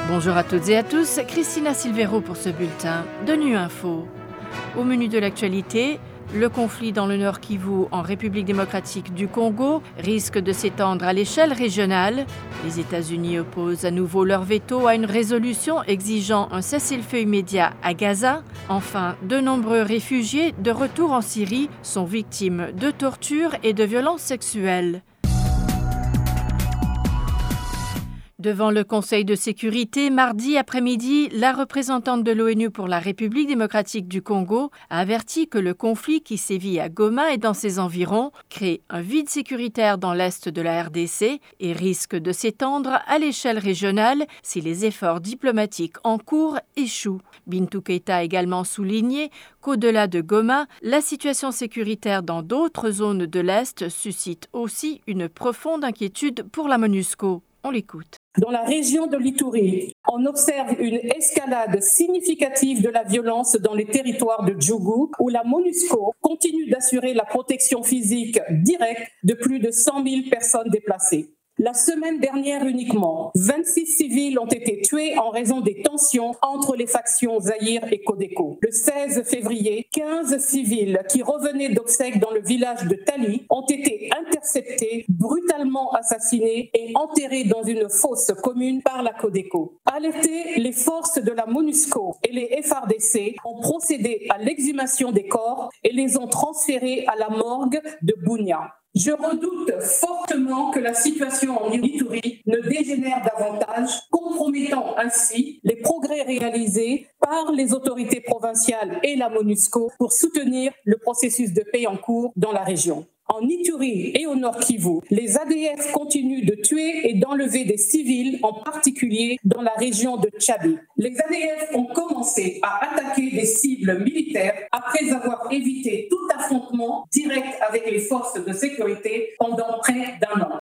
Bonjour à toutes et à tous, Christina Silvero pour ce bulletin de Nu Info. Au menu de l'actualité, le conflit dans le Nord Kivu en République démocratique du Congo risque de s'étendre à l'échelle régionale. Les États-Unis opposent à nouveau leur veto à une résolution exigeant un cessez-le-feu immédiat à Gaza. Enfin, de nombreux réfugiés de retour en Syrie sont victimes de tortures et de violences sexuelles. Devant le Conseil de sécurité, mardi après-midi, la représentante de l'ONU pour la République démocratique du Congo a averti que le conflit qui sévit à Goma et dans ses environs crée un vide sécuritaire dans l'est de la RDC et risque de s'étendre à l'échelle régionale si les efforts diplomatiques en cours échouent. Bintou Keïta a également souligné qu'au-delà de Goma, la situation sécuritaire dans d'autres zones de l'Est suscite aussi une profonde inquiétude pour la MONUSCO. On l'écoute. Dans la région de l'Ituri, on observe une escalade significative de la violence dans les territoires de Djougou, où la MONUSCO continue d'assurer la protection physique directe de plus de 100 000 personnes déplacées. La semaine dernière uniquement, 26 civils ont été tués en raison des tensions entre les factions Zaïre et Codeco. Le 16 février, 15 civils qui revenaient d'obsèques dans le village de Tali ont été interceptés, brutalement assassinés et enterrés dans une fosse commune par la Codeco. Alertés, les forces de la MONUSCO et les FARDC ont procédé à l'exhumation des corps et les ont transférés à la morgue de Bunia. Je redoute fortement que la situation en Ituri ne dégénère davantage, compromettant ainsi les progrès réalisés par les autorités provinciales et la MONUSCO pour soutenir le processus de paix en cours dans la région. En Ituri et au Nord Kivu, les ADF continuent de tuer et d'enlever des civils, en particulier dans la région de Tchabi. Les ADF ont commencé à attaquer des cibles militaires après avoir évité tout affrontement direct avec les forces de sécurité pendant près d'un an.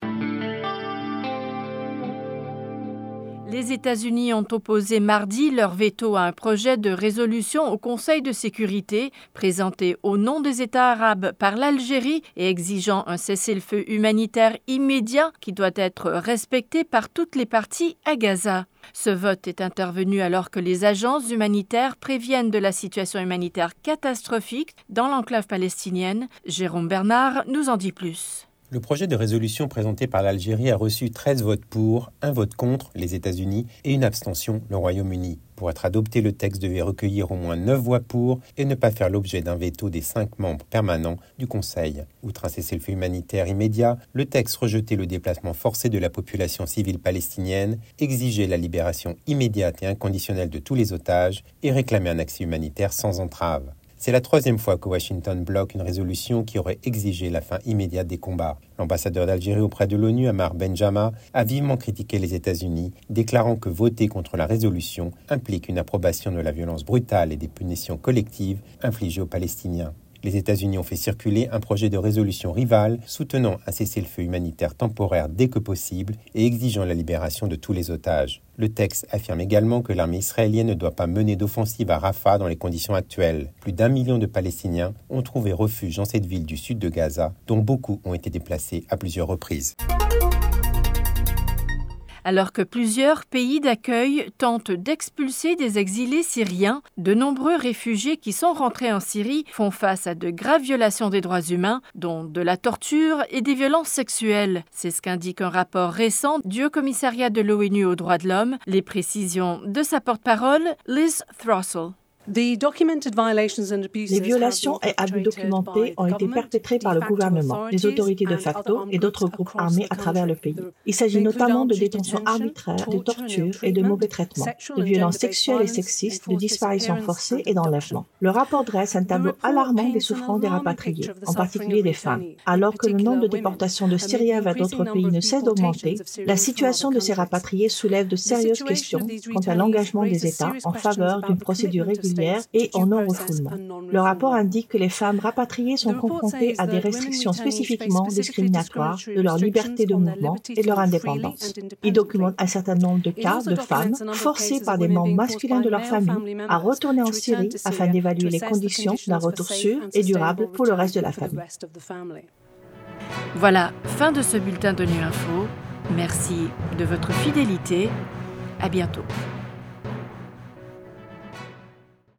Les États-Unis ont opposé mardi leur veto à un projet de résolution au Conseil de sécurité présenté au nom des États arabes par l'Algérie et exigeant un cessez-le-feu humanitaire immédiat qui doit être respecté par toutes les parties à Gaza. Ce vote est intervenu alors que les agences humanitaires préviennent de la situation humanitaire catastrophique dans l'enclave palestinienne. Jérôme Bernard nous en dit plus. Le projet de résolution présenté par l'Algérie a reçu 13 votes pour, 1 vote contre, les États-Unis, et une abstention, le Royaume-Uni. Pour être adopté, le texte devait recueillir au moins 9 voix pour et ne pas faire l'objet d'un veto des 5 membres permanents du Conseil. Outre un cessez-le-feu humanitaire immédiat, le texte rejetait le déplacement forcé de la population civile palestinienne, exigeait la libération immédiate et inconditionnelle de tous les otages et réclamait un accès humanitaire sans entrave. C'est la 3e fois que Washington bloque une résolution qui aurait exigé la fin immédiate des combats. L'ambassadeur d'Algérie auprès de l'ONU, Amar Benjama, a vivement critiqué les États-Unis, déclarant que voter contre la résolution implique une approbation de la violence brutale et des punitions collectives infligées aux Palestiniens. Les États-Unis ont fait circuler un projet de résolution rival soutenant un cessez-le-feu humanitaire temporaire dès que possible et exigeant la libération de tous les otages. Le texte affirme également que l'armée israélienne ne doit pas mener d'offensive à Rafah dans les conditions actuelles. Plus d'1 million de Palestiniens ont trouvé refuge dans cette ville du sud de Gaza, dont beaucoup ont été déplacés à plusieurs reprises. Alors que plusieurs pays d'accueil tentent d'expulser des exilés syriens, de nombreux réfugiés qui sont rentrés en Syrie font face à de graves violations des droits humains, dont de la torture et des violences sexuelles. C'est ce qu'indique un rapport récent du Haut-Commissariat de l'ONU aux droits de l'homme. Les précisions de sa porte-parole, Liz Throssell. Les violations et abus documentés ont été perpétrés par le gouvernement, les autorités de facto et d'autres groupes armés à travers le pays. Il s'agit notamment de détentions arbitraires, de tortures et de mauvais traitements, de violences sexuelles et sexistes, de disparitions forcées et d'enlèvements. Le rapport dresse un tableau alarmant des souffrances des rapatriés, en particulier des femmes. Alors que le nombre de déportations de Syriens vers d'autres pays ne cesse d'augmenter, la situation de ces rapatriés soulève de sérieuses questions quant à l'engagement des États en faveur d'une procédure régulière et en non-refoulement. Le rapport indique que les femmes rapatriées sont confrontées à des restrictions spécifiquement discriminatoires de leur liberté de mouvement et de leur indépendance. Il documente un certain nombre de cas de femmes forcées par des membres masculins de leur famille à retourner en Syrie afin d'évaluer les conditions d'un retour sûr et durable pour le reste de la famille. Voilà, fin de ce bulletin de Nu Info. Merci de votre fidélité. À bientôt.